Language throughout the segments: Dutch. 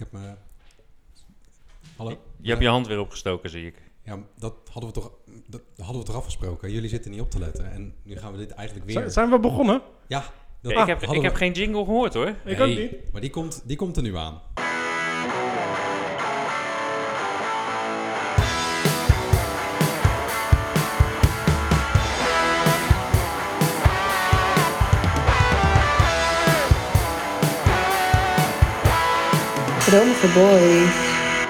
heb me... Hallo? Je hebt je hand weer opgestoken, zie ik. Ja, dat hadden we toch afgesproken. Jullie zitten niet op te letten. En nu gaan we dit eigenlijk weer... Zijn we begonnen? Ja. Ik heb geen jingle gehoord, hoor. Ik ook niet. Maar die komt er nu aan. Romige Boys.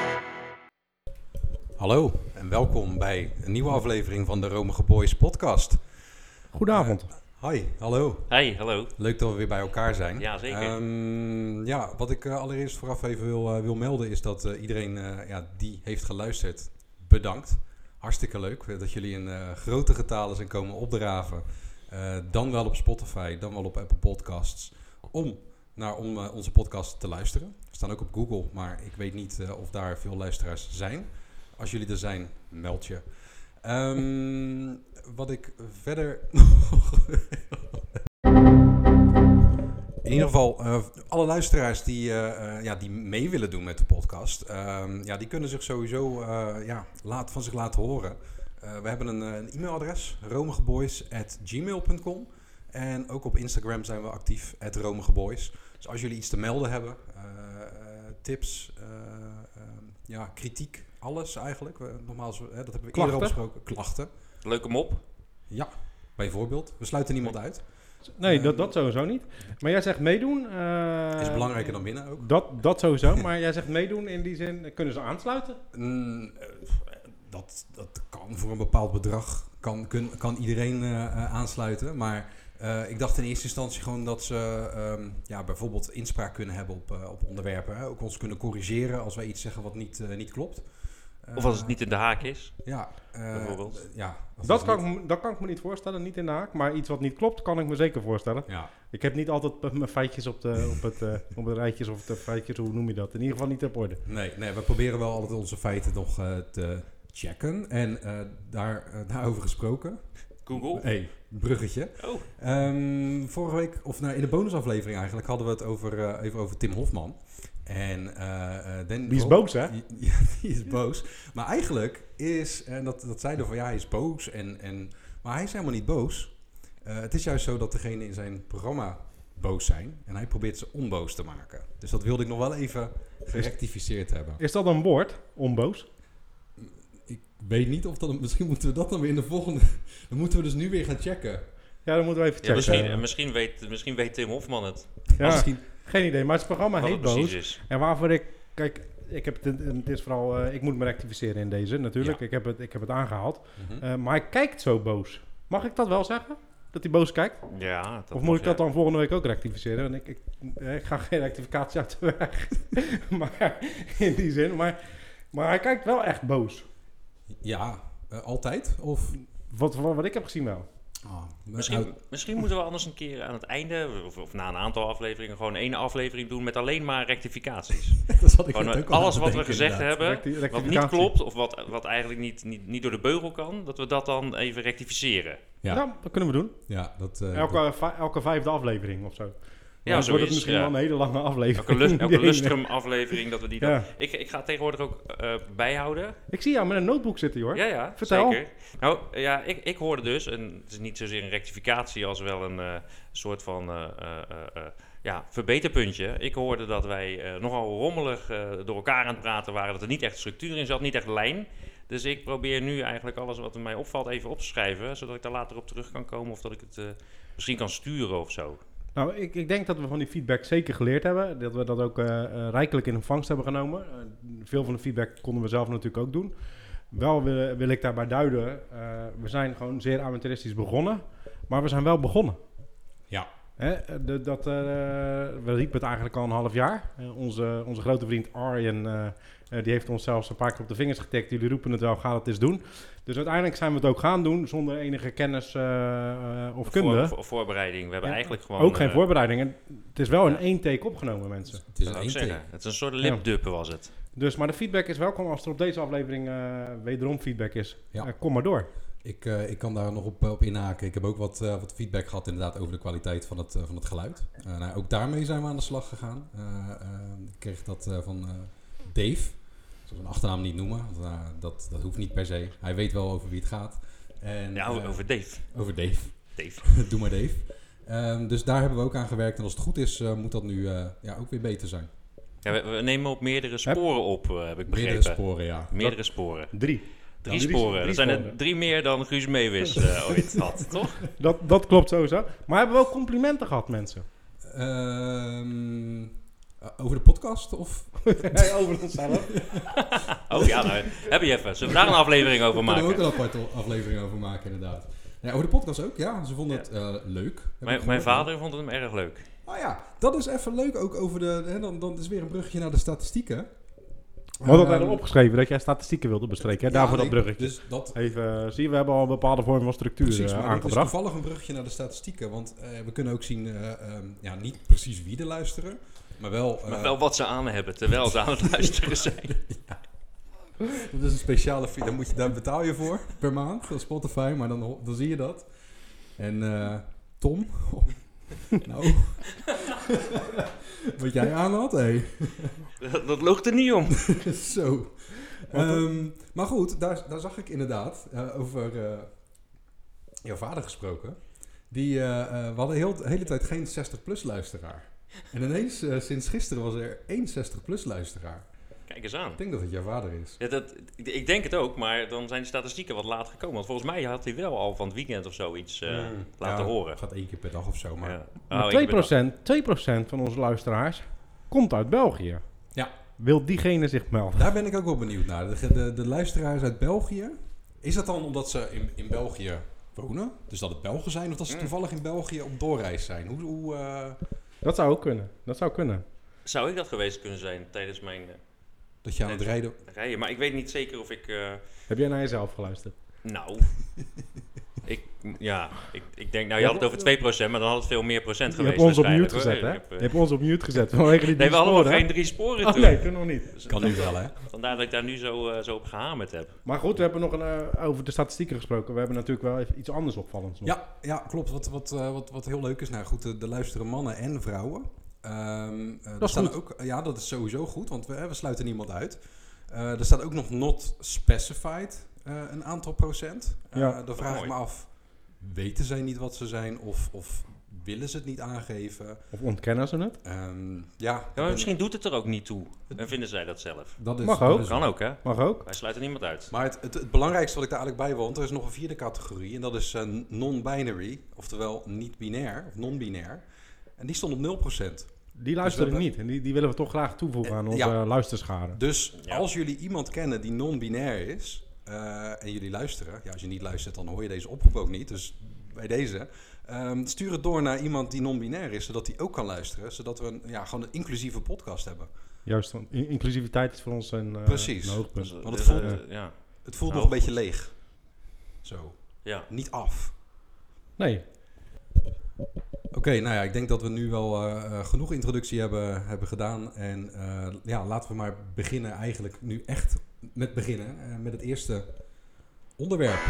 Hallo en welkom bij een nieuwe aflevering van de Romige Boys podcast. Goedenavond. Hi, hallo. Hey, hallo. Leuk dat we weer bij elkaar zijn. Ja, zeker. Wat ik allereerst vooraf even wil melden is dat iedereen die heeft geluisterd, bedankt. Hartstikke leuk dat jullie in grote getalen zijn komen opdraven. Dan wel op Spotify, dan wel op Apple Podcasts. Om onze podcast te luisteren. We staan ook op Google, maar ik weet niet of daar veel luisteraars zijn. Als jullie er zijn, meld je. Wat ik verder... In ieder geval, alle luisteraars die mee willen doen met de podcast, die kunnen zich sowieso van zich laten horen. We hebben een e-mailadres, romigeboys@gmail.com. En ook op Instagram zijn we actief, @romigeboys. Dus als jullie iets te melden hebben, tips, kritiek, alles eigenlijk. Nogmaals, dat hebben we eerder al besproken. Klachten. Leuke mop. Ja, bijvoorbeeld. We sluiten niemand uit. Nee, dat sowieso niet. Maar jij zegt meedoen. Is belangrijker dan winnen ook. Dat sowieso, maar jij zegt meedoen in die zin. Kunnen ze aansluiten? Dat kan voor een bepaald bedrag. Kan iedereen aansluiten. Maar ik dacht in eerste instantie gewoon dat ze bijvoorbeeld inspraak kunnen hebben op onderwerpen. Hè? Ook ons kunnen corrigeren als wij iets zeggen wat niet klopt. Of als het niet in de haak is. Ja, bijvoorbeeld. Dat kan ik me niet voorstellen, niet in de haak. Maar iets wat niet klopt, kan ik me zeker voorstellen. Ja. Ik heb niet altijd mijn feitjes op het rijtjes of de feitjes, hoe noem je dat? In ieder geval niet op orde. Nee, we proberen wel altijd onze feiten nog te checken. En daarover gesproken. Google. Hey, bruggetje. Oh. Vorige week, in de bonusaflevering eigenlijk, hadden we het even over Tim Hofman. En die is boos, hè? Ja, die is boos. Maar eigenlijk is, en dat zeiden van hij is boos. Maar hij is helemaal niet boos. Het is juist zo dat degenen in zijn programma boos zijn. En hij probeert ze onboos te maken. Dus dat wilde ik nog wel even gerectificeerd hebben. Is dat een woord, onboos? Ik weet niet of dat... Misschien moeten we dat dan weer in de volgende... Dan moeten we dus nu weer gaan checken. Ja, dan moeten we even checken. Ja, misschien weet Tim Hofman het. Ja, misschien... Geen idee, maar het programma heet Boos. Is. En waarvoor ik... Kijk, het is vooral... ik moet me rectificeren in deze, natuurlijk. Ja. Ik heb het aangehaald. Mm-hmm. Maar hij kijkt zo boos. Mag ik dat wel zeggen? Dat hij boos kijkt? Ja. Of moet ik dat dan volgende week ook rectificeren? Want ik ga geen rectificatie uit de weg. Maar in die zin. Maar hij kijkt wel echt boos. Ja, altijd? Of... Wat ik heb gezien wel. Misschien moeten we anders een keer aan het einde, of na een aantal afleveringen, gewoon 1 aflevering doen met alleen maar rectificaties. Dat had ik gewoon ook alles al wat we denken, gezegd inderdaad. hebben, wat niet klopt, of wat eigenlijk niet door de beugel kan, dat we dat dan even rectificeren. Ja. Nou, dat kunnen we doen. Ja, dat... Elke 5e aflevering of zo. Ja, dan zo wordt het misschien wel een hele lange aflevering. Elke lustrum aflevering dat we die dan... Ja. Ik ga tegenwoordig ook bijhouden. Ik zie jou met een notebook zitten, hoor. Ja, Vertel. Zeker. Nou, ja, ik hoorde dus, en het is niet zozeer een rectificatie als wel een soort van verbeterpuntje. Ik hoorde dat wij nogal rommelig door elkaar aan het praten waren, dat er niet echt structuur in zat, niet echt lijn. Dus ik probeer nu eigenlijk alles wat mij opvalt even op te schrijven, zodat ik daar later op terug kan komen of dat ik het misschien kan sturen of zo. Nou, ik denk dat we van die feedback zeker geleerd hebben. Dat we dat ook rijkelijk in ontvangst hebben genomen. Veel van de feedback konden we zelf natuurlijk ook doen. Wel wil ik daarbij duiden, we zijn gewoon zeer amateuristisch begonnen. Maar we zijn wel begonnen. Ja. We riepen het eigenlijk al een half jaar. Onze grote vriend Arjen, die heeft ons zelfs een paar keer op de vingers getikt. Jullie roepen het wel, ga het eens doen. Dus uiteindelijk zijn we het ook gaan doen zonder enige kennis of kunde. Voorbereiding. We hebben eigenlijk gewoon... Ook geen voorbereiding. En het is wel in 1 take opgenomen, mensen. Het is dat een zou ik zeggen. Het is een soort lipduppen was het. Dus, maar de feedback is welkom als er op deze aflevering wederom feedback is. Kom maar door. Ik kan daar nog op inhaken. Ik heb ook wat feedback gehad inderdaad over de kwaliteit van het geluid. Ook daarmee zijn we aan de slag gegaan. Ik kreeg dat van Dave. Ik zal zijn achternaam niet noemen. Want, dat hoeft niet per se. Hij weet wel over wie het gaat. En, over Dave. Over Dave. Doe maar Dave. Dus daar hebben we ook aan gewerkt. En als het goed is, moet dat nu ook weer beter zijn. Ja, we nemen op meerdere sporen op, heb ik begrepen. Meerdere sporen, ja. Meerdere sporen. 3. Drie sporen. Dat zijn er 3 meer dan Guus Meeuwis ooit had, toch? Dat klopt sowieso. Maar hebben we ook complimenten gehad, mensen? Over de podcast? Of? Nee, over onszelf. Oh ja, nou, heb je even. Zullen we daar een aflevering over Daar kunnen we maken? ook een aparte aflevering over maken, inderdaad. Ja, over de podcast ook, ja. Ze vonden het leuk. Mijn vader vond hem erg leuk. Ah ja, dat is even leuk ook over de... Hè, dan is weer een bruggetje naar de statistieken. We hadden daar opgeschreven dat jij statistieken wilde bespreken. Hè? Daarvoor dat bruggetje. Dus dat, Even, zie je, we hebben al een bepaalde vorm van structuur precies, maar het is aangebracht. toevallig een bruggetje naar de statistieken. Want we kunnen ook zien, niet precies wie er luisteren, maar wel... Maar wel wat ze aan hebben, terwijl ze aan het luisteren zijn. Ja. Dat is een speciale feed, daar betaal je voor per maand, van Spotify, maar dan zie je dat. En Tom, nou, wat jij aan had, hé. Dat loogt er niet om. Zo. Maar goed, daar zag ik inderdaad over jouw vader gesproken. We hadden de hele tijd geen 60-plus luisteraar. En ineens, sinds gisteren was er 1 60-plus luisteraar. Kijk eens aan. Ik denk dat het jouw vader is. Ja, ik denk het ook, maar dan zijn de statistieken wat laat gekomen. Want volgens mij had hij wel al van het weekend of zo iets laten horen. Het gaat 1 keer per dag of zo, maar... Ja. Maar 2% van onze luisteraars komt uit België. Ja. Wil diegene zich melden? Daar ben ik ook wel benieuwd naar. De luisteraars uit België. Is dat dan omdat ze in België wonen? Dus dat het Belgen zijn? Of dat ze toevallig in België op doorreis zijn? Dat zou ook kunnen. Dat zou kunnen. Zou ik dat geweest kunnen zijn tijdens mijn Dat je aan het rijden... rijden? Maar ik weet niet zeker of ik... Heb jij naar jezelf geluisterd? Nou... Ik denk, nou je had het over 2%, maar dan had het veel meer procent Je geweest. hebt ons op mute waarschijnlijk, gezet, hoor. hè? Je hebt ons op mute gezet. Vanwege die Nee, we hadden sporen, nog hè? geen 3 sporen Oh toen. nee, toen nog niet. Dus Kan nu wel, hè? vandaar dat ik daar nu zo op gehamerd heb. Maar goed, we hebben nog over de statistieken gesproken. We hebben natuurlijk wel even iets anders opvallends nog. Ja, klopt. Wat heel leuk is. Nou goed, er luisteren mannen en vrouwen. Dat is goed. Ook, ja, dat is sowieso goed, want we sluiten niemand uit. Er staat ook nog not specified een aantal procent. Ja. Dan vraag ik me af, weten zij niet wat ze zijn of willen ze het niet aangeven? Of ontkennen ze het? Ja, maar misschien doet het er ook niet toe. En vinden zij dat zelf. Dat is, Mag dat ook. is- Kan ook, hè? Mag ook. Wij sluiten niemand uit. Maar het belangrijkste wat ik daar eigenlijk bij wil, want er is nog een 4e categorie en dat is non-binary, oftewel niet-binair of non-binair. En die stond op 0%. Die luisteren we- niet. En die willen we toch graag toevoegen aan onze luisterschade. Dus Ja. als jullie iemand kennen die non-binair is en jullie luisteren, ja, als je niet luistert dan hoor je deze oproep ook niet, dus bij deze, stuur het door naar iemand die non-binair is, zodat die ook kan luisteren, zodat we gewoon een inclusieve podcast hebben. Juist, want inclusiviteit is voor ons een Precies. hoogpunt. Want het Dus, voelt- ja. Het voelt Nou, nog een beetje leeg. Zo, Ja. niet af. Nee, Oké, nou ja, ik denk dat we nu wel genoeg introductie hebben gedaan. En laten we maar beginnen eigenlijk nu echt met beginnen. Met het eerste onderwerp.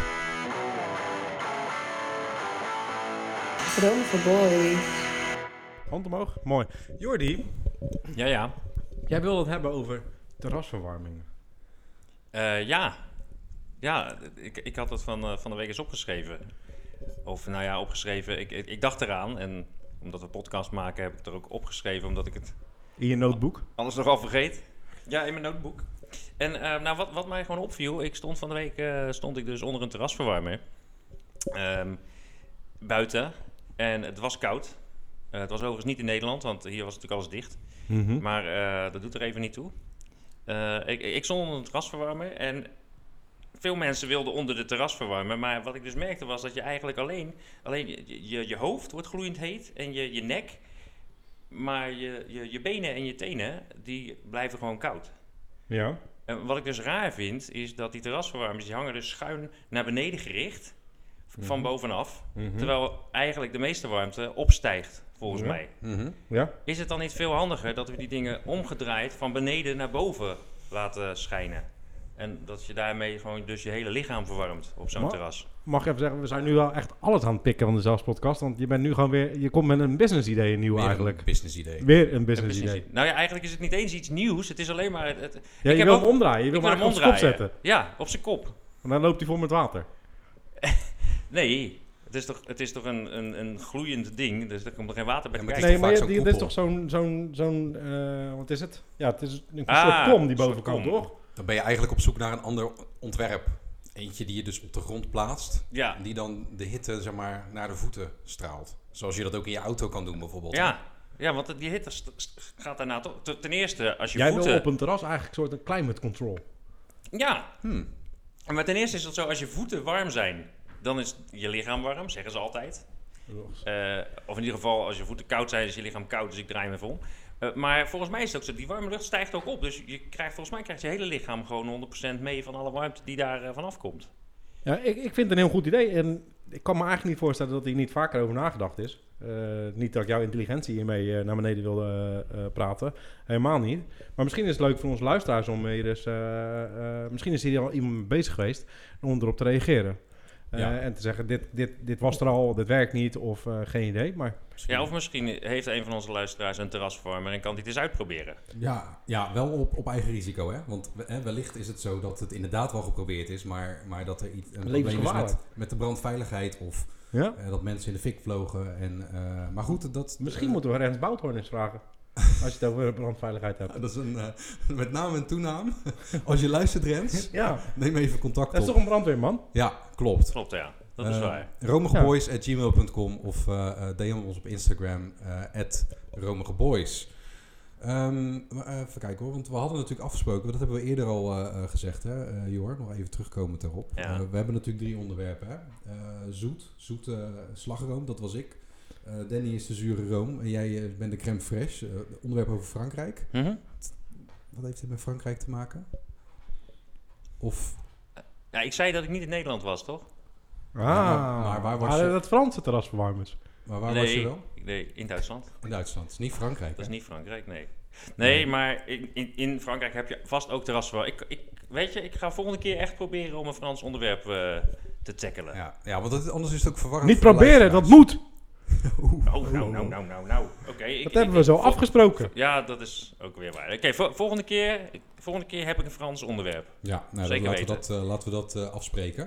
Dromen voor boys. hand omhoog. Mooi. Jordi, Ja. jij wilde het hebben over terrasverwarming. Ja, ik had het van de week eens opgeschreven. Of nou ja, opgeschreven. Ik dacht eraan en omdat we podcast maken heb ik het er ook opgeschreven omdat ik het In je notebook? anders nogal vergeet. Ja, in mijn notebook. En wat mij gewoon opviel, ik stond van de week stond ik dus onder een terrasverwarmer. Buiten. En het was koud. Het was overigens niet in Nederland, want hier was natuurlijk alles dicht. Mhm. Maar dat doet er even niet toe. Ik stond onder een terrasverwarmer en veel mensen wilden onder de terrasverwarmer. Maar wat ik dus merkte was dat je eigenlijk alleen je hoofd wordt gloeiend heet en je nek. Maar je benen en je tenen, die blijven gewoon koud. Ja. En wat ik dus raar vind, is dat die terrasverwarmers, die hangen dus schuin naar beneden gericht. Van bovenaf. Mhm. Terwijl eigenlijk de meeste warmte opstijgt, volgens Ja. mij. Ja? Is het dan niet veel handiger dat we die dingen omgedraaid van beneden naar boven laten schijnen? En dat je daarmee gewoon dus je hele lichaam verwarmt op zo'n Maar- terras. Mag ik even zeggen, we zijn nu wel echt alles aan het pikken van de Zelfspodcast. Want je bent nu gewoon weer, je komt met een business idee nieuw Weer eigenlijk. een business idee. Weer een business idee. Nou ja, eigenlijk is het niet eens iets nieuws. Het is alleen maar... Ja, ik je heb wil ook- hem omdraaien, je wil ik hem wil hem eigenlijk op zijn kop omdraaien. zetten. Ja, op zijn kop. En dan loopt hij vol met water. Nee, het is toch een gloeiend ding. Dus er komt er geen water bij Ja, te maar kijken. het Nee, is maar vaak dit zo'n is koepel. toch zo'n wat is het? Ja, het is een Ah, soort kom die een soort bovenkant, kom. toch? Dan ben je eigenlijk op zoek naar een ander ontwerp. Eentje die je dus op de grond plaatst. Ja. En die dan de hitte zeg maar, naar de voeten straalt. Zoals je dat ook in je auto kan doen bijvoorbeeld. Ja, want die hitte gaat daarna toch... Ten eerste, als je Jij voeten... wil op een terras eigenlijk een soort een climate control. Ja, maar ten eerste is het zo, als je voeten warm zijn, dan is je lichaam warm, zeggen ze altijd. Of in ieder geval, als je voeten koud zijn, is je lichaam koud, dus ik draai me even om. Maar volgens mij is het ook zo, die warme lucht stijgt ook op. Dus volgens mij krijgt je hele lichaam gewoon 100% mee van alle warmte die daar vanaf komt. Ja, ik vind het een heel goed idee. En ik kan me eigenlijk niet voorstellen dat hier niet vaker over nagedacht is. Niet dat ik jouw intelligentie hiermee naar beneden wilde praten. Helemaal niet. Maar misschien is het leuk voor onze luisteraars om hier eens... misschien is hier al iemand mee bezig geweest om erop te reageren. Ja. En te zeggen, dit was er al, dit werkt niet of geen idee. Maar Ja, of misschien heeft een van onze luisteraars een terrasverwarmer en kan die het eens uitproberen. Ja, wel op eigen risico. Hè? Want wellicht is het zo dat het inderdaad wel geprobeerd is. Maar dat er een probleem is Levensgevaarlijk. met de brandveiligheid. Of ja? dat mensen in de fik vlogen. Maar goed, dat... Misschien moeten we Rens Boudhoorn eens vragen. Als je het over brandveiligheid hebt. Dat is met naam en toenaam. Als je luistert, Rens, Ja, neem even contact dat is op. toch een brandweerman? Ja, klopt. Klopt, ja. Dat is waar. romigeboys@gmail.com of DM ons op Instagram @romigeboys. Even kijken hoor, want we hadden natuurlijk afgesproken, dat hebben we eerder al gezegd, hè, Jor, nog even terugkomend daarop. Ja. We hebben natuurlijk 3 onderwerpen. Hè? Zoete slagroom, dat was ik. Danny is de zure room en jij bent de crème fraîche. Onderwerp over Frankrijk. Mhm. Wat heeft dit met Frankrijk te maken? Of... Ja, ik zei dat ik niet in Nederland was, toch? maar waar was je? Dat Franse terrasverwarmers. Maar waar was je wel? Nee, in Duitsland. In Duitsland. Het is niet Frankrijk, Dat is hè? niet Frankrijk, nee. Nee, maar in Frankrijk heb je vast ook terrasverwarming. Weet je, ik ga volgende keer echt proberen om een Frans onderwerp te tackelen. Ja, want anders is het ook verwarrend. Niet voor de proberen, dat luisteraars. moet. Oh, nou. Oké, Dat hebben we zo afgesproken. Ja, dat is ook weer waar. Oké, volgende keer heb ik een Frans onderwerp. Ja, nou, Zeker laten we dat afspreken.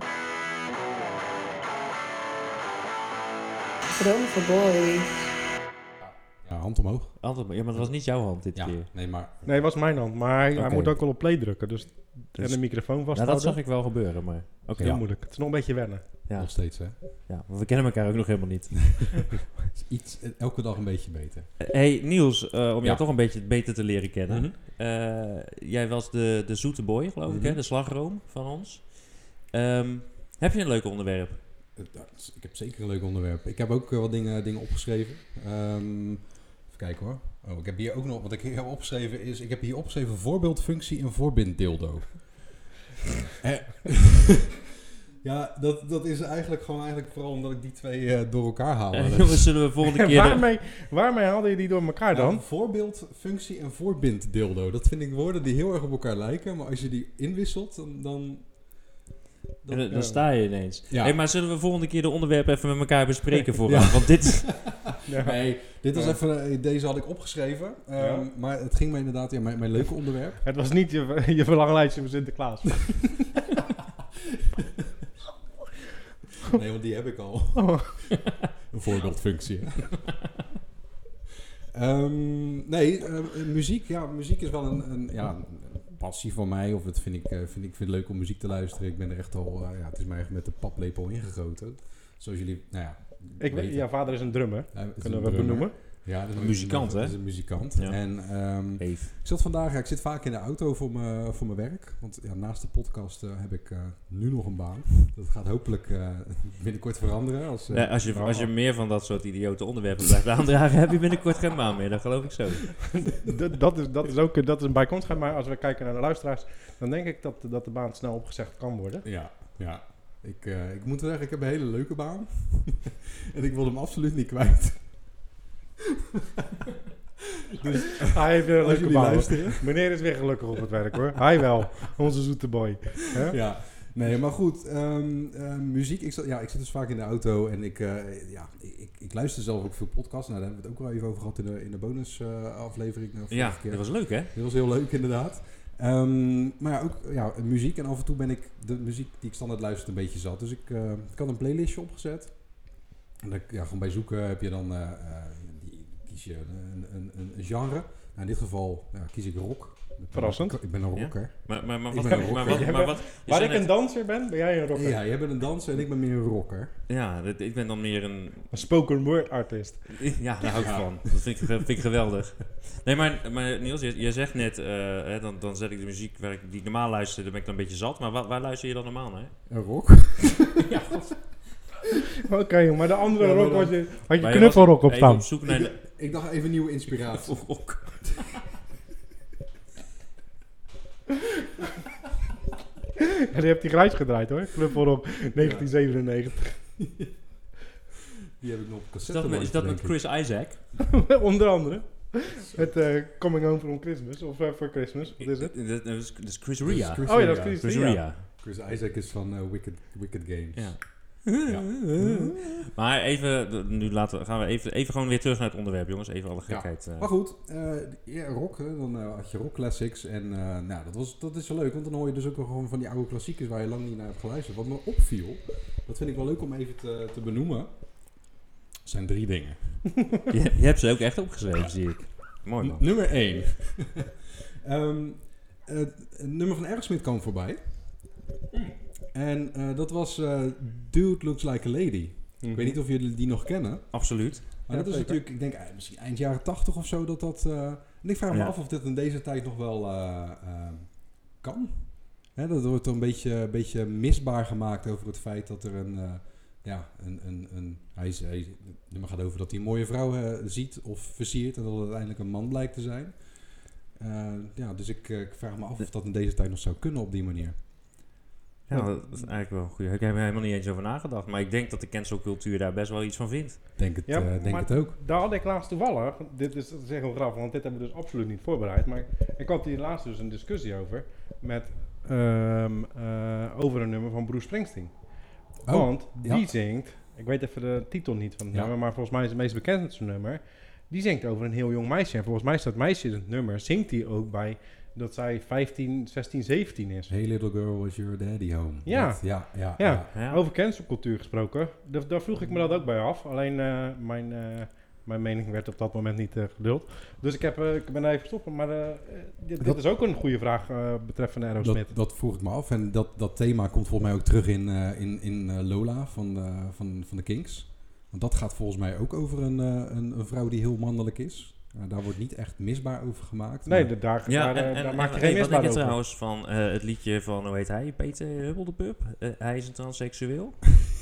Romige boys. Ja, hand omhoog. Antwoord, ja, maar dat was niet jouw hand dit Ja, keer. nee, maar... Nee, was mijn hand. Maar hij Oké. moet ook wel op play drukken. Dus, en de microfoon Nou, vasthouden. dat zag ik wel gebeuren, maar oké. Heel moeilijk. Het is nog een beetje wennen. Ja, Nog steeds, hè? ja, maar we kennen elkaar ook nog helemaal niet. Elke dag een beetje beter. Hey Niels, om Ja. jou toch een beetje beter te leren kennen. Mhm. Jij was de zoete boy, geloof ik, hè? Mhm. De slagroom van ons. Heb je een leuk onderwerp? Ik heb zeker een leuk onderwerp. Ik heb ook wat dingen opgeschreven. Even kijken hoor. Oh, ik heb hier ook nog... Wat ik hier heb opgeschreven is... Ik heb hier opgeschreven voorbeeldfunctie en voorbinddildo. Ja, dat is eigenlijk vooral omdat ik die twee door elkaar haal. Jongens, zullen we volgende keer... Waarmee haalde je die door elkaar dan? Nou, voorbeeldfunctie en voorbinddildo. Dat vind ik woorden die heel erg op elkaar lijken. Maar als je die inwisselt, dan Dan sta je ineens. Ja. Hey, maar zullen we volgende keer de onderwerpen even met elkaar bespreken vooraf? Want dit is... Ja. Nee, dit was even... Deze had ik opgeschreven. Ja. Maar het ging me inderdaad... Ja, mijn leuke onderwerp. Het was niet je verlanglijstje van Sinterklaas. Nee, want die heb ik al. Oh. Een voorbeeldfunctie. Muziek. Ja, muziek is wel een passie van mij. Of het vind ik leuk om muziek te luisteren. Ik ben er echt al... het is mij echt met de paplepel ingegoten. Zoals jullie... Nou ja, weten. Jouw vader is een drummer. Hij is Kunnen een we drummer. benoemen? Ja, dat is Een muzikant, hè? Dat is een muzikant. Ja. En ik zit vaak in de auto voor mijn werk. Want ja, naast de podcast heb ik nu nog een baan. Dat gaat hopelijk binnenkort veranderen. Als je meer van dat soort idiote onderwerpen blijft aandragen, heb je binnenkort geen baan meer. Dat geloof ik zo. Dat is een bijkomstigheid. Maar als we kijken naar de luisteraars, dan denk ik dat de baan snel opgezegd kan worden. Ja. Ik moet wel zeggen, ik heb een hele leuke baan. En ik wil hem absoluut niet kwijt. Dus hij heeft weer een Als leuke jullie baan. luisteren. Meneer is weer gelukkig op het werk hoor. Hij wel, onze zoete boy. Hè? Ja, nee, maar goed. Muziek. Ik zit dus vaak in de auto en ik luister zelf ook veel podcasts. Nou, daar hebben we het ook wel even over gehad in de bonus aflevering. Ja, dat was leuk, hè? Dat was heel leuk, inderdaad. Maar ja, ook muziek. En af en toe ben ik de muziek die ik standaard luister een beetje zat. Dus ik had een playlistje opgezet. En gewoon bij zoeken heb je dan... kies je een genre. Nou, in dit geval kies ik rock. Verrassend. Ik ben een rocker. Maar Ik ben een wat... je Waar zei ik een net- danser ben jij een rocker. Ja, jij bent een danser en ik ben meer een rocker. Ja, ik ben dan meer een... Een spoken word artist. Ja, daar hou ik van. Dat vind ik geweldig. Nee, maar Niels, je zegt net, dan zet ik de muziek die ik normaal luister, dan ben ik dan een beetje zat. Maar waar luister je dan normaal naar? Een rock? Ja, Oké, jongen, maar de andere Ja, maar rock dan- had je maar knuffelrock op even staan. op zoek naar de... Ik dacht even nieuwe inspiratie. Rock. Ja, die heeft hij grijs gedraaid hoor. Knuffelrock 1997. Die heb ik nog op Is cassette. dat met Chris Isaac? Onder andere. Het Coming Home from Christmas. Of voor Christmas. Wat is het? Dat is Chris Ria. Oh ja, dat is Chris Chris Ria. Ria. Chris Isaac is van Wicked Games. Ja. Ja. Maar gaan we even gewoon weer terug naar het onderwerp, jongens. Even alle gekheid. Maar goed, rock, hè, dan had je rock classics en dat is wel leuk, want dan hoor je dus ook wel gewoon van die oude klassiekers waar je lang niet naar hebt geluisterd. Wat me opviel, dat vind ik wel leuk om even te benoemen, zijn 3 dingen. Je hebt ze ook echt opgeschreven, zie ik. Mooi man. Nummer 1. Het nummer van Aerosmith kwam voorbij. En dat was Dude Looks Like a Lady. Ik weet niet of jullie die nog kennen. Absoluut. Maar Ja, dat is zeker. natuurlijk, ik denk misschien eind jaren 80 of zo en ik vraag me Ja. af of dit in deze tijd nog wel kan. Hè, dat wordt er een beetje misbaar gemaakt over het feit dat er het nummer gaat over dat hij een mooie vrouw ziet of versiert en dat het uiteindelijk een man blijkt te zijn. Dus ik vraag me af of dat in deze tijd nog zou kunnen op die manier. Ja, dat is eigenlijk wel goed. Ik heb er helemaal niet eens over nagedacht. Maar ik denk dat de cancelcultuur daar best wel iets van vindt. Denk het ook. Daar had ik laatst toevallig, dat is heel grappig, want dit hebben we dus absoluut niet voorbereid. Maar ik had hier laatst dus een discussie over over een nummer van Bruce Springsteen. Oh, Want ja. die zingt, ik weet even de titel niet van het Ja. nummer, maar volgens mij is het meest bekendste nummer. Die zingt over een heel jong meisje. En volgens mij is dat meisje in het nummer, zingt hij ook bij dat zij 15, 16, 17 is. Hey little girl, was your daddy home? Ja. Dat, ja. Ja. Ja. Over cancelcultuur gesproken, daar vroeg ik me dat ook bij af. Alleen mijn mening werd op dat moment niet geduld. Dus ik ben daar even stoppen. Maar dit is ook een goede vraag betreffende Aerosmith. Dat vroeg ik me af. En dat thema komt volgens mij ook terug in Lola van de Kings. Want dat gaat volgens mij ook over een vrouw die heel mannelijk is. Daar wordt niet echt misbaar over gemaakt. Nee, maar- daar maak je geen wat denk misbaar je over. trouwens van het liedje van, hoe heet hij? Peter Hubbel de Pup? Hij is een transseksueel.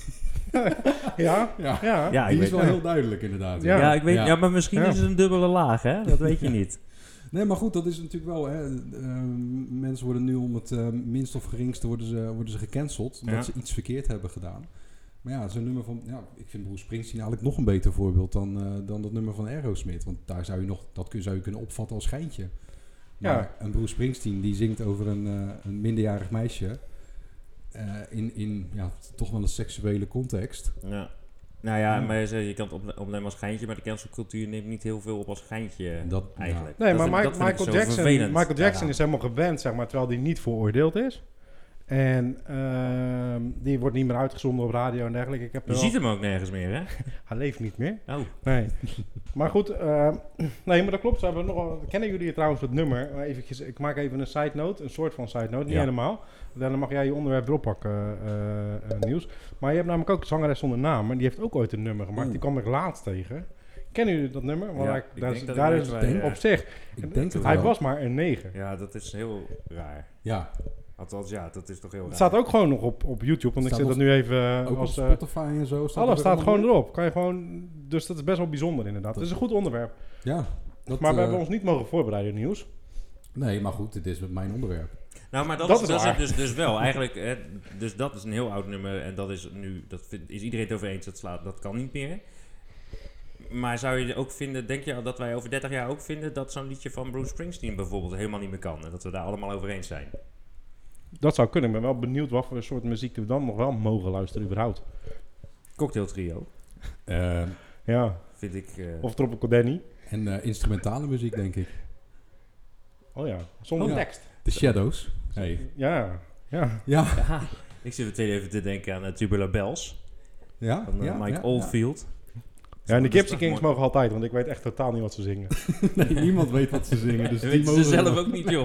Ja, Ja. Ja, ik die is weet wel het. heel duidelijk inderdaad. Ja. Ja, ik weet. Ja. Ja, maar misschien Ja. is het een dubbele laag, hè? Dat weet je niet. Nee, maar goed, dat is natuurlijk wel... mensen worden nu om het minst of geringste worden ze gecanceld. Omdat Ja. ze iets verkeerd hebben gedaan. Maar ja, zo'n nummer van... Ja, ik vind Bruce Springsteen eigenlijk nog een beter voorbeeld dan dat nummer van Aerosmith. Want daar zou je kunnen opvatten als schijntje. Maar Ja. een Bruce Springsteen die zingt over een minderjarig meisje... in toch wel een seksuele context. Ja. Nou ja, Ja. maar je kan het opnemen als geintje, maar de cancelcultuur neemt niet heel veel op als geintje Dat, eigenlijk. Nee, Dat maar vind ik Michael zo Jackson, vervelend. Michael Jackson Ja. is helemaal gewend, zeg maar, terwijl hij niet veroordeeld is. En die wordt niet meer uitgezonden op radio en dergelijke. Ik heb Je er ziet wel- hem ook nergens meer, hè? Hij leeft niet meer. Oh, Nee. Maar goed, nee, maar dat klopt. Ze hebben kennen jullie trouwens het nummer? Eventjes, ik maak even een side note, een soort van side note, niet Ja. helemaal. Dan mag jij je onderwerp erop pakken, Niels. Maar je hebt namelijk ook zangeres zonder naam. En die heeft ook ooit een nummer gemaakt. Oeh. Die kwam ik laatst tegen. Kennen jullie dat nummer? Want Ja, hij- ik daar denk is- dat daar ik is weet het waar je- op zich. Ik denk het Hij wel. was maar een 9. ja, dat is heel raar. Ja, Althans, ja, dat is toch heel raar. Het staat ook gewoon nog op YouTube. Want ik Staat zit dat nog- nu even ook op als... Spotify en zo. alles er staat allemaal gewoon op? erop. Kan je gewoon, dus dat is best wel bijzonder inderdaad. Het is een goed onderwerp. Ja. Dat, Maar we hebben ons niet mogen voorbereiden, Niels. Nee, maar goed, dit is mijn onderwerp. Nou, maar Dat dat is is waar. het dus wel. Eigenlijk, dus dat is een heel oud nummer en dat is nu, is iedereen het over eens, dat kan niet meer. Maar zou je ook vinden, denk je dat wij over 30 jaar ook vinden dat zo'n liedje van Bruce Springsteen bijvoorbeeld helemaal niet meer kan? En dat we daar allemaal over eens zijn? Dat zou kunnen. Ik ben wel benieuwd wat voor soort muziek we dan nog wel mogen luisteren überhaupt. Cocktail Trio, Ja. vind ik... Of Tropical Danny. En instrumentale muziek, denk ik. Oh ja, zonder Ja. tekst. The Shadows. Hey. Ja. Ja. Ja, ik zit meteen even te denken aan Tubular Bells Ja? van Mike Oldfield. Ja, en de Dat is Gypsy toch Kings mooi. mogen altijd, want ik weet echt totaal niet wat ze zingen. Nee, niemand weet wat ze zingen. Dus Dat die weten ze mogen zelf ook niet, joh.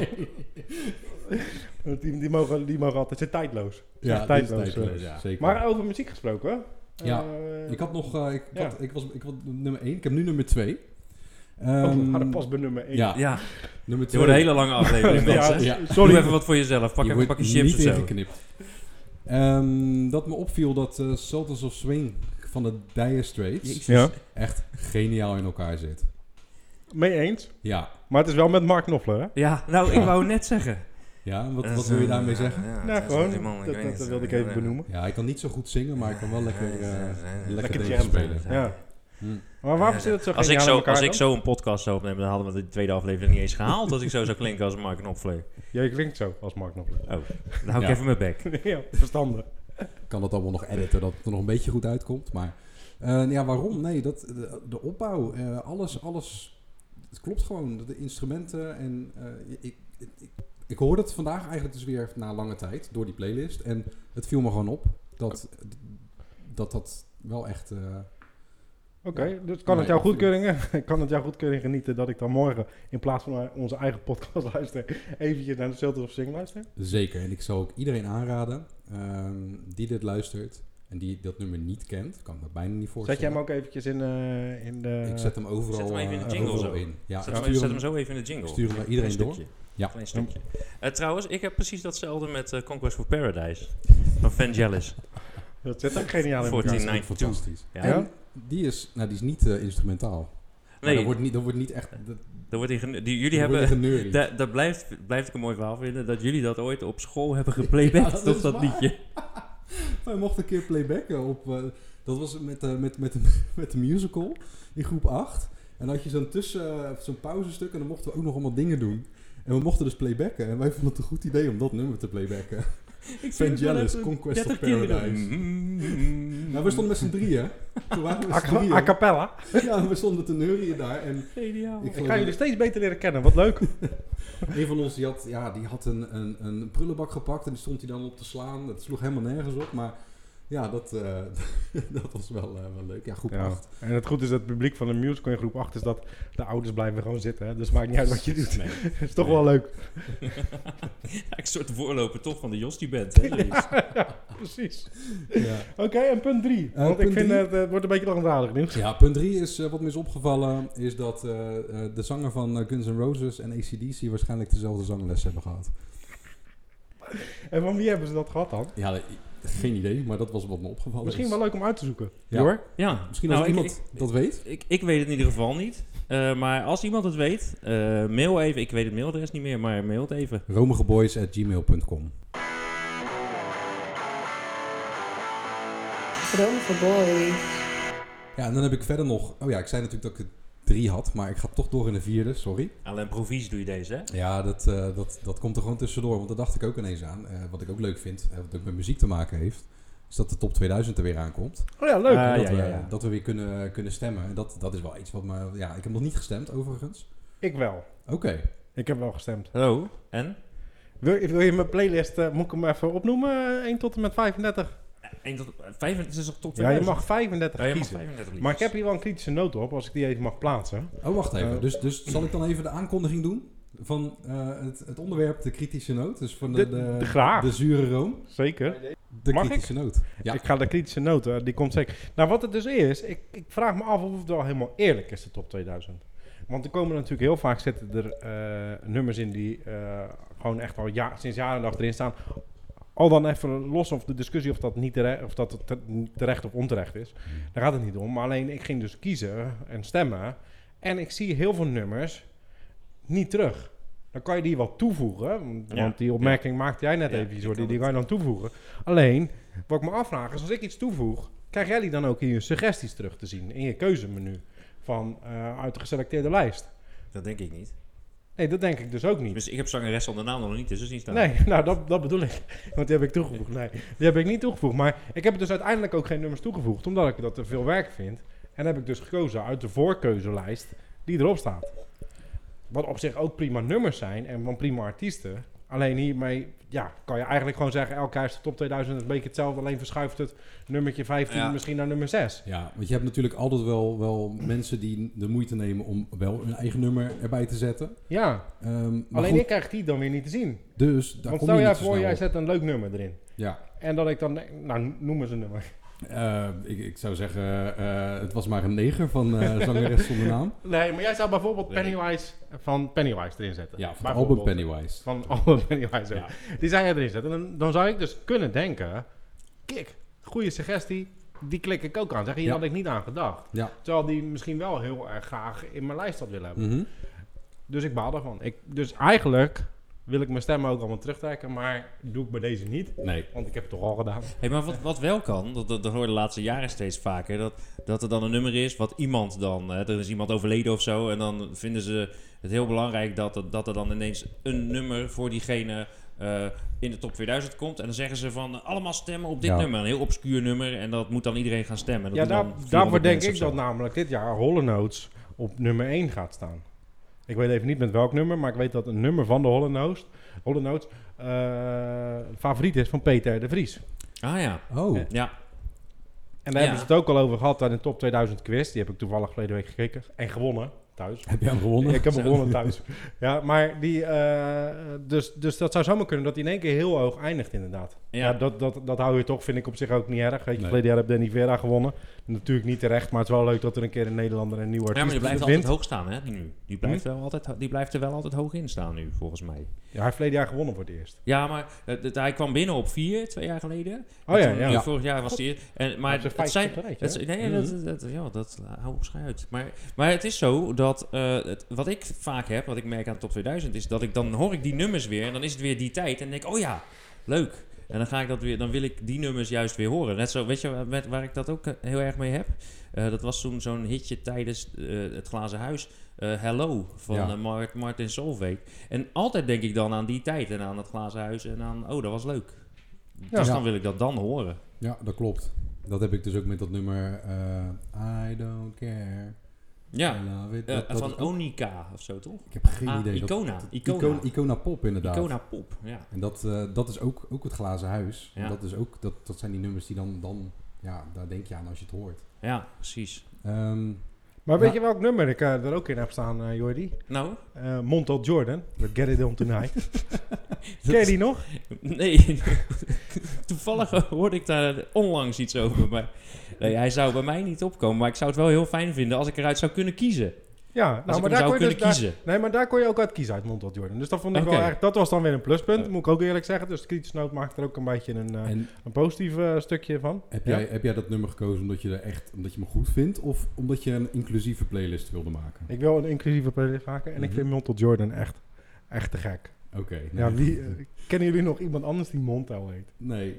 Die mogen altijd, ze zijn tijdloos. Ja, Echt die is tijdloos, tijdloos, ja. zeker. Maar over muziek gesproken. Ja, ik had nog... ik ja. was nummer 1. Ik heb nu nummer 2. We hadden pas bij nummer 1. Ja, Ja, nummer dit 2. wordt een hele lange aflevering, mensen. Ja. Sorry. Doe even wat voor jezelf. Pak even een pakje chips of niet zo. ingeknipt. Dat me opviel dat Sultans of Swing van de Dire Straits Jezus. Ja, echt geniaal in elkaar zit. mee eens. Ja. Maar het is wel met Mark Knopfler, hè? Ja, nou, ik wou net zeggen. Ja, wat wil je daarmee zeggen? Nou, gewoon, dat wilde ik even benoemen. Ja, ik kan niet zo goed zingen, maar ik kan wel lekker Lekker tegen jam spelen. Ja. Hm. Maar waarom zit het zo Als geniaal in elkaar ik dan? zo een podcast zou opnemen, dan hadden we de tweede aflevering niet eens gehaald als ik zo zou klinken als Mark Knopfler. Jij klinkt zo als Mark Knopfler. Oh, dan hou ik Ja. even mijn bek. Ja, verstandig. Ik kan dat allemaal nog editen, dat het er nog een beetje goed uitkomt. Maar ja, waarom? Nee, de opbouw, alles. Het klopt gewoon. De instrumenten en ik hoorde het vandaag eigenlijk dus weer na lange tijd door die playlist. En het viel me gewoon op dat wel echt... Oké, dus kan het jouw goedkeuring genieten dat ik dan morgen in plaats van naar onze eigen podcast luister, eventjes naar de Sultans of Swing luister? Zeker. En ik zou ook iedereen aanraden die dit luistert en die dat nummer niet kent. Kan ik me bijna niet voorstellen. Zet jij hem ook eventjes in de... Ik zet hem overal, Zet hem even in de jingle overal zo. in. Ja, Zet, ik hem, stuur zet hem zo even in de jingle. stuur hem naar iedereen Klein door. stukje. Ja. Klein stukje. Trouwens, ik heb precies datzelfde met Conquest for Paradise van Vangelis. Dat zit ook geniaal in elkaar. 1492. Fantastisch. Ja. En die is niet instrumentaal. Maar Nee, dat wordt niet echt... dan wordt jullie dat hebben... wordt geneurie. Dat blijft ik een mooi verhaal vinden, dat jullie dat ooit op school hebben geplaybacked, Ja, dat of is dat waar. liedje. Wij mochten een keer playbacken op... dat was met de musical in groep 8. En dan had je zo'n pauzestuk en dan mochten we ook nog allemaal dingen doen. En we mochten dus playbacken. En wij vonden het een goed idee om dat nummer te playbacken. Vangelis, Conquest of Paradise. Nou, we stonden met z'n drieën. Toen waren we met z'n drieën. A cappella. Ja, we stonden te neurieën daar. En Geniaal. Ik ga jullie steeds beter leren kennen, wat leuk. een van ons die had een prullenbak gepakt en die stond hij dan op te slaan. Dat sloeg helemaal nergens op, maar ja, dat was wel leuk. Ja, groep 8. En het goed is dat het publiek van de musical in groep 8 is dat de ouders blijven gewoon zitten. Hè? Dus maakt niet uit wat je doet. Nee. Dat is toch wel leuk. Ja, een soort voorloper toch van de Jostie Band. Hè? Precies. Ja. Oké, en punt 3. Want punt ik vind drie. het wordt een beetje langdradig nieuws. Ja, punt 3 is wat me is opgevallen, is dat de zanger van Guns N' Roses en AC/DC waarschijnlijk dezelfde zangles hebben gehad. En van wie hebben ze dat gehad dan? Ja, geen idee, maar dat was wat me opgevallen Misschien is. wel leuk om uit te zoeken. Ja. Hoor. Ja. Misschien als Nou, iemand dat weet. Ik weet het in ieder geval niet. Maar als iemand het weet, mail even. Ik weet het mailadres niet meer, maar mail het even. romigeboys@gmail.com. Romige boys. Ja, en dan heb ik verder nog... Oh ja, ik zei natuurlijk dat ik 3 had, maar ik ga toch door in de 4e, sorry. Alleen provies doe je deze, hè? Ja, dat komt er gewoon tussendoor, want daar dacht ik ook ineens aan. Wat ik ook leuk vind, wat ook met muziek te maken heeft, is dat de top 2000 er weer aankomt. Oh ja, leuk. Dat we weer kunnen stemmen. En dat is wel iets wat me... Ja, ik heb nog niet gestemd, overigens. Ik wel. Oké. Ik heb wel gestemd. Hallo, en? Wil je mijn playlist, moet ik hem even opnoemen? 1 tot en met 35. 1 tot 35 is toch top Ja, je 2000? mag 35 Ja, je mag kiezen. 35 liedjes. Maar ik heb hier wel een kritische noot op, als ik die even mag plaatsen. Oh, wacht even. Dus zal ik dan even de aankondiging doen? Van het onderwerp, de kritische noot. Dus van De graag. de zure room. Zeker. De Mag kritische noot. Ja. Ik ga de kritische noot, die komt zeker. Nou, wat het dus is, ik vraag me af of het wel helemaal eerlijk is, de top 2000. Want er komen natuurlijk heel vaak zitten er nummers in die gewoon echt al sinds jaren en dag erin staan. Al dan even los of de discussie of dat, niet terecht of onterecht is. Daar gaat het niet om. Maar alleen ik ging dus kiezen en stemmen. En ik zie heel veel nummers niet terug. Dan kan je die wel toevoegen. Want die opmerking maakte jij net Ja, even, ik Jordi. kan Die kan je dan toevoegen. Alleen, wat ik me afvraag is, als ik iets toevoeg, krijg jij die dan ook in je suggesties terug te zien? In je keuzemenu. uit de geselecteerde lijst. Dat denk ik niet. Nee, dat denk ik dus ook niet. Dus ik heb zangeres zonder naam nog niet tussen zien staan. Nee, nou dat bedoel ik. Want die heb ik toegevoegd. Nee, die heb ik niet toegevoegd. Maar ik heb dus uiteindelijk ook geen nummers toegevoegd, omdat ik dat te veel werk vind. En heb ik dus gekozen uit de voorkeuzelijst die erop staat. Wat op zich ook prima nummers zijn en van prima artiesten. Alleen hiermee kan je eigenlijk gewoon zeggen, elk jaar is de top 2000 een beetje hetzelfde. Alleen verschuift het nummertje 15 misschien naar nummer 6. Ja, want je hebt natuurlijk altijd wel mensen die de moeite nemen om wel hun eigen nummer erbij te zetten. Ja, Maar alleen goed, ik krijg die dan weer niet te zien. dus daar Want kom stel je jij niet zo voor, snel jij op. zet een leuk nummer erin. Ja, En dat ik dan denk, nou noem eens een nummer. ik zou zeggen, het was maar een neger van zangeres zonder naam. Nee, maar jij zou bijvoorbeeld Pennywise van Pennywise erin zetten. Ja, van het Bijvoorbeeld. album Pennywise. Van album Pennywise. Ja. Die zou jij erin zetten. En dan zou ik dus kunnen denken, kijk, goede suggestie, die klik ik ook aan. Zeg, hier Ja. had ik niet aan gedacht. Ja. Terwijl die misschien wel heel erg graag in mijn lijst had willen hebben. Mhm. Dus ik baal ervan. Dus eigenlijk wil ik mijn stem ook allemaal terugtrekken, maar doe ik bij deze niet. Nee. Want ik heb het toch al gedaan. Hey, maar wat wel kan, dat hoor je de laatste jaren steeds vaker, dat er dan een nummer is wat iemand dan, er is iemand overleden of zo, en dan vinden ze het heel belangrijk dat er dan ineens een nummer voor diegene in de top 2000 komt. En dan zeggen ze van allemaal stemmen op dit Ja. nummer, een heel obscuur nummer, en dat moet dan iedereen gaan stemmen. Dat Ja, doen dan 400 daarvoor denk mensen ik of zo. dat namelijk dit jaar Hall & Notes op nummer 1 gaat staan. Ik weet even niet met welk nummer, maar ik weet dat een nummer van de Hall & Notes favoriet is van Peter de Vries. Ah ja, Oh, ja. En daar hebben ze het ook al over gehad aan de top 2000 quiz. Die heb ik toevallig verleden week gekeken en gewonnen thuis. heb jij hem gewonnen? Ik heb hem gewonnen thuis. Ja, maar dus dat zou zomaar kunnen dat hij in één keer heel hoog eindigt inderdaad. Ja. Ja, dat hou je toch, vind ik op zich ook niet erg. Weet je, Nee. verleden jaar heb Danny Vera gewonnen. Natuurlijk niet terecht, maar het is wel leuk dat er een keer een Nederlander een nieuwe Ja, artiest maar die blijft wint. altijd hoog staan, hè, nu. Die blijft er wel altijd hoog in staan nu, volgens mij. Ja, hij heeft verleden jaar gewonnen voor het eerst. Ja, maar hij kwam binnen op 4, 2 jaar geleden. Oh ja, En toen, ja. Vorig jaar was hij... Maar Hij heeft het zijn... op een rijtje, hè? Nee, dat hou op schijn uit. Maar het is zo dat... wat ik vaak heb, wat ik merk aan de top 2000... is dat dan hoor ik die nummers weer... en dan is het weer die tijd... en dan denk ik, oh ja, leuk. En dan ga ik dat weer... dan wil ik die nummers juist weer horen. Net zo, weet je waar ik dat ook heel erg mee heb? Dat was toen zo'n hitje tijdens het Glazen Huis... Hello van Ja. Martin Solveig. En altijd denk ik dan aan die tijd en aan het Glazen Huis en aan, oh, dat was leuk. Dus Ja. dan wil ik dat dan horen. Ja, dat klopt. Dat heb ik dus ook met dat nummer I Don't Care. Ja, I love it. Dat van is ook- Onika of zo, toch? Ik heb geen idee. Icona. Icona Pop inderdaad. Icona Pop, ja. En dat is ook het Glazen Huis. Ja. En dat is ook, dat zijn die nummers die dan daar denk je aan als je het hoort. Ja, precies. Maar weet Ja. je welk nummer ik er ook in heb staan, Jordi? Nou, Montel Jordan, met Get It On Tonight. Ken je die nog? nee. Toevallig hoorde ik daar onlangs iets over. Maar nee, hij zou bij mij niet opkomen. Maar ik zou het wel heel fijn vinden als ik eruit zou kunnen kiezen. Ja, Als ik maar hem daar zou kon je kunnen kiezen. Nee, maar daar kon je ook uit kiezen uit Montel Jordan. Dus dat vond ik Oké. wel echt... Dat was dan weer een pluspunt, moet ik ook eerlijk zeggen. Dus de kritische noot maakt er ook een beetje En een positief stukje van. heb jij dat nummer gekozen omdat je me goed vindt? Of omdat je een inclusieve playlist wilde maken? Ik wil een inclusieve playlist maken en ik vind Montel Jordan echt te gek. Oké. Ja, kennen jullie nog iemand anders die Montel heet? Nee,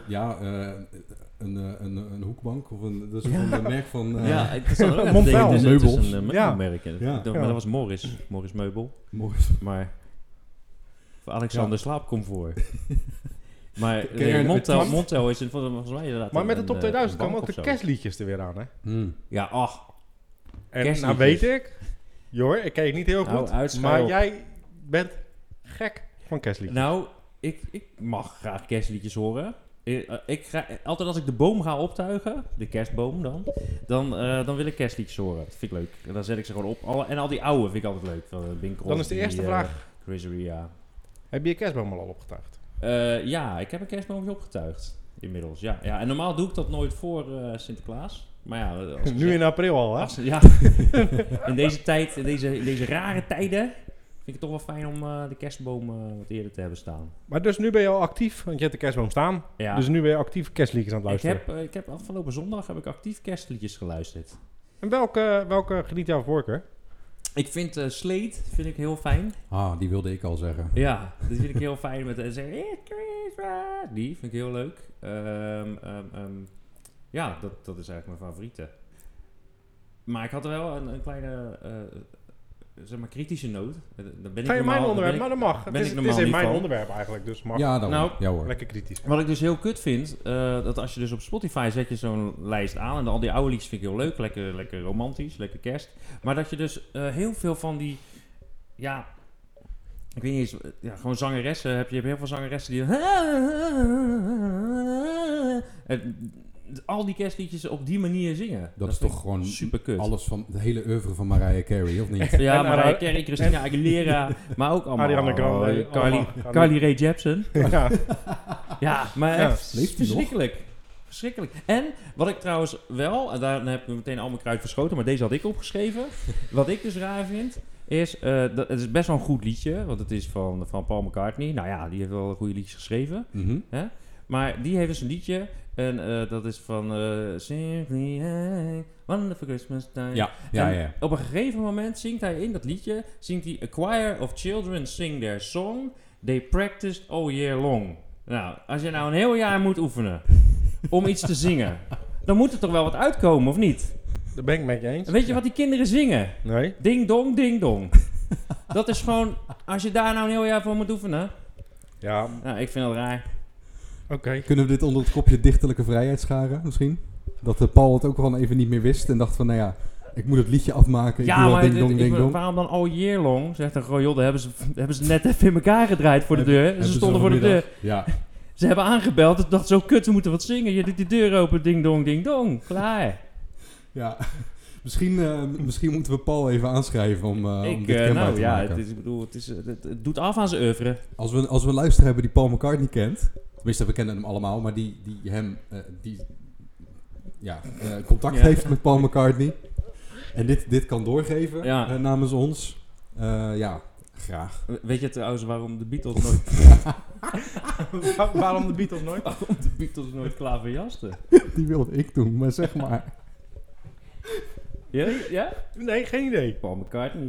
een hoekbank of dat is een merk van... Ja, ik zat er ook aan te Montel. denken, het is Meubels. een Ja. meubelmerk. Ja. Maar dat was Morris Meubel. Mooi. Maar voor Alexander Slaapcomfort. Maar Ken jij- Montel is volgens mij inderdaad Maar met de een, top 2000 een komen bank ook de of zo. kerstliedjes er weer aan, hè? Ja, ach. En Kerstliedjes. nou weet ik, Jor, ik ken je niet heel Nou, goed, uitschuil maar op. jij bent gek van kerstliedjes. Nou, ik mag graag kerstliedjes horen. Altijd als ik de boom ga optuigen, de kerstboom dan wil ik kerstliedjes horen. Dat vind ik leuk. En dan zet ik ze gewoon op. En al die oude vind ik altijd leuk. Van Bing Crosby, Dan is de eerste vraag, Chris Ria. heb je je kerstboom al opgetuigd? Ja, ik heb een kerstboompje opgetuigd. Inmiddels, ja. En normaal doe ik dat nooit voor Sinterklaas. Maar ja, als Nu in april al, hè? ja. in deze tijd, in deze rare tijden, vind ik het toch wel fijn om de kerstboom wat eerder te hebben staan. Maar dus nu ben je al actief, want je hebt de kerstboom staan. Ja. Dus nu ben je actief kerstliedjes aan het luisteren. Ik heb afgelopen zondag actief kerstliedjes geluisterd. En welke geniet jouw voorkeur? Ik vind Slade vind ik heel fijn. Ah, die wilde ik al zeggen. Ja, dat vind ik heel fijn. Met zeggen, It's Christmas. Die vind ik heel leuk. Ja, dat is eigenlijk mijn favoriete. Maar ik had wel een kleine, zeg maar, kritische noot. Daar ben Ga je ik mijn normaal- onderwerp? ben Maar ik- dat mag. ben Het ik is normaal in niet mijn van. onderwerp eigenlijk, dus mag. Ja, dan Nou, ja hoor. Lekker kritisch. Wat ik dus heel kut vind, dat als je dus op Spotify zet je zo'n lijst aan en al die oude liedjes vind ik heel leuk, lekker romantisch, lekker kerst. Maar dat je dus heel veel van die, ja, ik weet niet eens, ja, gewoon zangeressen, je hebt heel veel zangeressen die al die kerstliedjes op die manier zingen. Dat is toch gewoon super kut. alles van de hele oeuvre van Mariah Carey, of niet? Ja, En, Mariah Carey, Christina Aguilera, maar ook allemaal Ariana Grande, allemaal. Carly Rae Jepsen. Ja. Ja, maar Ja. echt Leeft die nog? verschrikkelijk. En wat ik trouwens wel, en daar heb ik meteen al mijn kruid verschoten, maar deze had ik opgeschreven. Wat ik dus raar vind, is, het is best wel een goed liedje, want het is van Paul McCartney. Nou ja, die heeft wel goede liedjes geschreven. Mhm. Hè? Maar die heeft dus een liedje, en dat is van Simply Hey, Wonderful Christmas Time. Ja. En op een gegeven moment zingt hij in dat liedje, A choir of children sing their song, they practiced all year long. Nou, als je nou een heel jaar moet oefenen om iets te zingen, dan moet er toch wel wat uitkomen, of niet? Daar ben ik met je eens. En weet je wat die kinderen zingen? Nee. Ding dong, ding dong. Dat is gewoon, als je daar nou een heel jaar voor moet oefenen. Ja, Nou, ik vind dat raar. oké. Kunnen we dit onder het kopje dichterlijke vrijheid scharen, misschien? Dat Paul het ook gewoon even niet meer wist en dacht van, nou ja, ik moet het liedje afmaken. Ik doe Ja, wel maar ding dong, ding dong. waarom dan all year long? Zegt een gewoon, joh, daar hebben ze net even in elkaar gedraaid voor de deur. Hebben Ze stonden voor de vanmiddag- deur. Ja, Ze hebben aangebeld. Het dacht zo kut, we moeten wat zingen. Je doet die deur open, ding dong, ding dong. Klaar. ja. Misschien moeten we Paul even aanschrijven om dit kenbaar te maken. Het doet af aan zijn oeuvre. Als we een luisteraar hebben die Paul McCartney kent, tenminste we kennen hem allemaal, maar die contact heeft met Paul McCartney en dit kan doorgeven Ja. namens ons, graag. Weet je trouwens waarom de Beatles nooit, Waarom de Beatles nooit? klaverjasten? Die wilde ik doen, maar zeg maar. Ja? Nee, geen idee. Paul McCartney.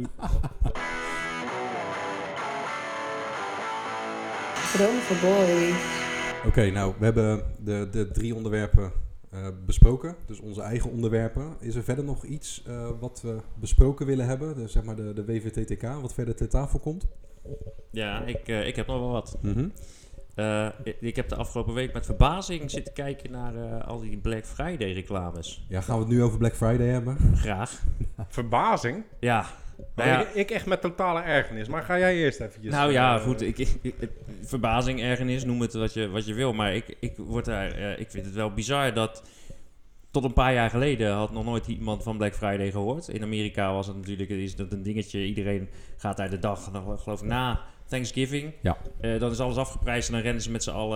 Dromen voor boys. Oké, nou, we hebben de 3 onderwerpen besproken, dus onze eigen onderwerpen. Is er verder nog iets wat we besproken willen hebben, zeg maar de WVTTK, wat verder ter tafel komt? Ja, ik heb nog wel wat. Mhm. Ik heb de afgelopen week met verbazing zitten kijken naar al die Black Friday reclames. Ja, gaan we het nu over Black Friday hebben? Graag. Verbazing? Ja. Nou ja, Ik echt met totale ergernis. Maar ga jij eerst eventjes... nou ja, goed. Verbazing, ergernis, noem het wat je wil. Maar ik vind het wel bizar dat... Tot een paar jaar geleden had nog nooit iemand van Black Friday gehoord. In Amerika was het natuurlijk is dat een dingetje. Iedereen gaat daar de dag, geloof ik, na Thanksgiving. Ja. Dan is alles afgeprijsd en dan rennen ze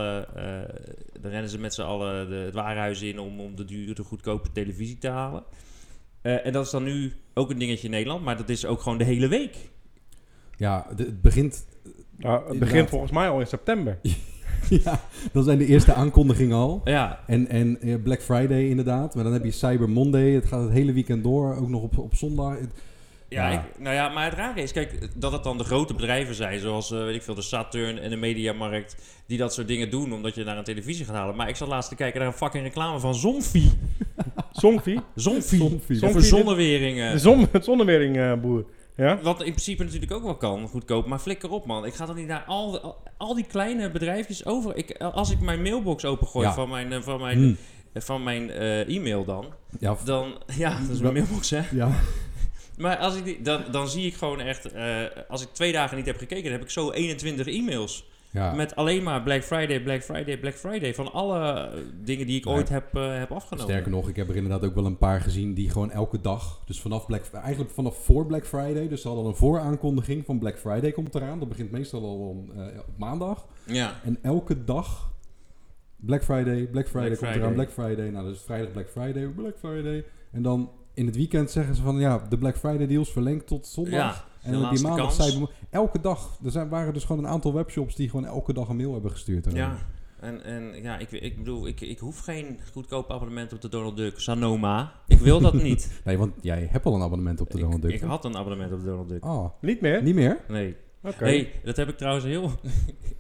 met z'n allen het warenhuis in om de dure, de goedkope televisie te halen. En dat is dan nu ook een dingetje in Nederland, maar dat is ook gewoon de hele week. Ja, het begint... Nou, het begint inderdaad. volgens mij al in september. Ja, dan zijn de eerste aankondigingen al. Ja, En Black Friday inderdaad. Maar dan heb je Cyber Monday. Het gaat het hele weekend door. Ook nog op zondag. Ja. Maar het rare is, kijk, dat het dan de grote bedrijven zijn, zoals weet ik veel, de Saturn en de Mediamarkt, die dat soort dingen doen omdat je naar een televisie gaat halen. Maar ik zat laatst te kijken naar een fucking reclame van Zonfi. Zonfie. Zonfi. En voor zonneweringen. Het zonnewering-boer. Ja? Wat in principe natuurlijk ook wel kan, goedkoop. Maar flikker op, man. Ik ga toch niet naar al die kleine bedrijfjes over. Als ik mijn mailbox opengooi Ja. van mijn e-mail dan. Ja, Ja, dat is mijn mailbox, hè. ja. Maar als ik dan zie ik gewoon echt... als ik 2 dagen niet heb gekeken, dan heb ik zo 21 e-mails. Ja. Met alleen maar Black Friday, Black Friday, Black Friday. Van alle dingen die ik ooit heb afgenomen. Sterker nog, ik heb er inderdaad ook wel een paar gezien die gewoon elke dag, dus eigenlijk vanaf voor Black Friday, dus ze hadden een vooraankondiging van Black Friday komt eraan. Dat begint meestal al op maandag. Ja. En elke dag Black Friday komt Friday. eraan, Black Friday. Nou, dus vrijdag Black Friday. En dan in het weekend zeggen ze van ja, de Black Friday deals verlengd tot zondag. Ja, en de dan heb je laatste maandag kans. elke dag. Waren dus gewoon een aantal webshops die gewoon elke dag een mail hebben gestuurd. Ja. En ja, ik bedoel, ik hoef geen goedkoop abonnement op de Donald Duck. Sanoma. Ik wil dat niet. Nee, want jij hebt al een abonnement op de Donald Duck. Ik had een abonnement op de Donald Duck. Oh, Niet meer? niet meer? Nee. Oké. Nee, dat heb ik trouwens heel...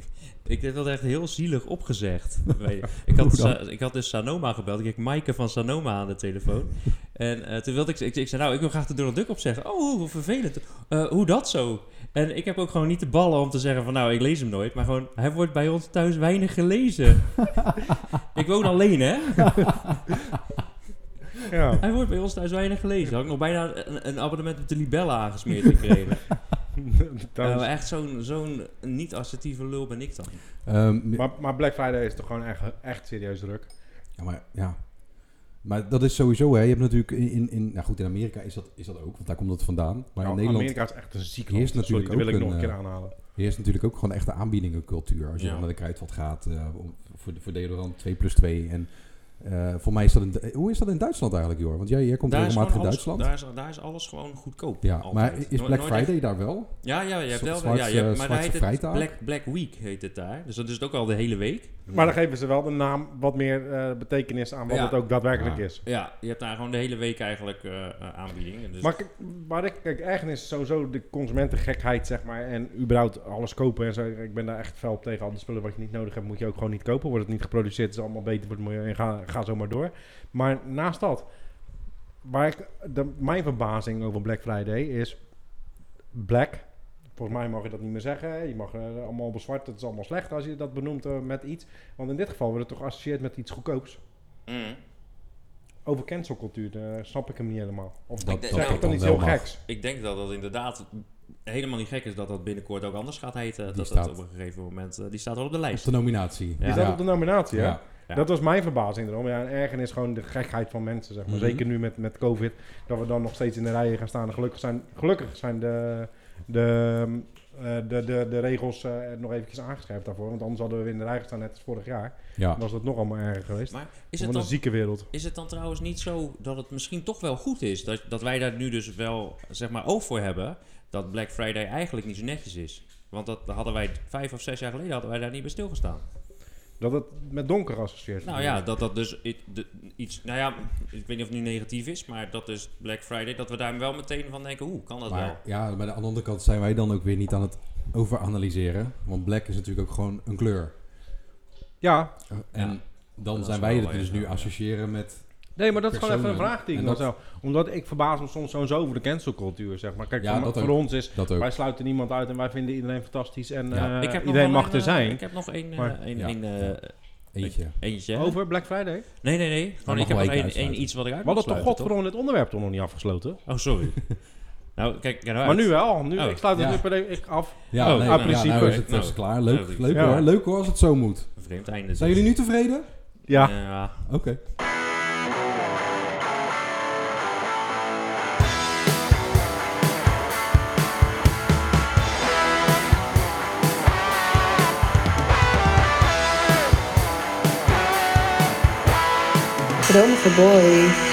Ik heb dat echt heel zielig opgezegd. Ik had dus Sanoma gebeld. Ik kreeg Maaike van Sanoma aan de telefoon. En toen wilde ik zei, nou, ik wil graag de Donald Duck opzeggen. Oh, hoe vervelend. Hoe dat zo? En ik heb ook gewoon niet de ballen om te zeggen van, nou, ik lees hem nooit. Maar gewoon, hij wordt bij ons thuis weinig gelezen. Ik woon alleen, hè? Ja. Hij wordt bij ons thuis weinig gelezen. Had ik nog bijna een abonnement op de Libelle aangesmeerd gekregen. Echt zo'n niet-assertieve lul ben ik dan. Maar Black Friday is toch gewoon echt serieus druk. Ja. Maar dat is sowieso, hè. Je hebt natuurlijk in Amerika is dat ook, want daar komt het vandaan. Maar in Nederland Amerika is echt een ziek heerst land. natuurlijk Dat wil ik ook nog een keer aanhalen. heerst natuurlijk ook gewoon echte aanbiedingencultuur. Als je naar de Kruidvat gaat, voor deodorant 2+2. En voor mij is dat hoe is dat in Duitsland eigenlijk, Jor? Want jij komt regelmatig in Duitsland. Daar is alles gewoon goedkoop. Ja, altijd. maar is Black Friday daar wel? Ja, je hebt wel. Maar daar heet het Black Week heet het daar. Dus dat is ook al de hele week. Maar dan geven ze wel de naam wat meer betekenis aan wat het ook daadwerkelijk is. Ja, je hebt daar gewoon de hele week eigenlijk aanbiedingen. Dus Maar ergernis is sowieso de consumentengekheid, zeg maar. En überhaupt alles kopen en zo. Ik ben daar echt fel op tegen. Al die spullen wat je niet nodig hebt, moet je ook gewoon niet kopen. Wordt het niet geproduceerd, is allemaal beter voor het milieu en ga zo maar door. Maar naast dat, mijn verbazing over Black Friday is Black. Volgens mij mag je dat niet meer zeggen. Je mag allemaal bezwart. Het is allemaal slecht als je dat benoemt met iets. Want in dit geval wordt het toch geassocieerd met iets goedkoops. Over cancelcultuur snap ik hem niet helemaal. Of Dat zeg ik dan iets heel geks? Ik denk dat dat inderdaad helemaal niet gek is dat dat binnenkort ook anders gaat heten. Dat staat op een gegeven moment, die staat wel op de lijst. Op de nominatie. Die staat op de nominatie, hè? Ja. Ja. Dat was mijn verbazing erom. Ja, en ergernis gewoon de gekheid van mensen, zeg maar. Zeker nu met COVID, dat we dan nog steeds in de rijen gaan staan. En gelukkig zijn de regels nog eventjes aangescherpt daarvoor. Want anders hadden we weer in de rij gestaan net als vorig jaar. Ja. Dan was dat nog allemaal erger geweest. Maar Een zieke wereld. is het dan trouwens niet zo dat het misschien toch wel goed is dat wij daar nu dus wel, zeg maar, oog voor hebben dat Black Friday eigenlijk niet zo netjes is? Want dat hadden wij 5 of 6 jaar geleden hadden wij daar niet bij stilgestaan. Dat het met donker associeert. Nou ja, dat dus iets, nou ja, ik weet niet of het nu negatief is, maar dat is Black Friday, dat we daar wel meteen van denken, hoe kan dat wel? Ja, maar aan de andere kant zijn wij dan ook weer niet aan het overanalyseren. Want black is natuurlijk ook gewoon een kleur. Ja. En dan dat zijn is wij wel het dus even, nu associëren met... Nee, maar dat is gewoon even een personen. vraag die ik En nog dat- zo. Omdat ik verbaas me soms zo over de cancelcultuur, zeg maar. Kijk, Ja, dat voor ook. ons is, Dat ook. wij sluiten niemand uit en wij vinden iedereen fantastisch en Ja. Ik heb nog iedereen wel mag er zijn. Ik heb nog Eentje. eentje. Over Black Friday? Nee. Gewoon, mag ik heb wel nog één één iets wat ik uit We hadden wil toch sluiten, godverdomme dit onderwerp toch nog niet afgesloten? Oh, sorry. Nou, kijk nou uit. Maar nu wel. Nu, Oh. ik sluit het Ja. nu per af. Ja, Oh, nee, uit principe. nou is het Nou, klaar. Leuk, nou, leuk, ja. hoor. Leuk hoor als het zo moet. Een vreemd einde. Zijn jullie nu tevreden? Ja. Ja. Oké. Dromen voor boys.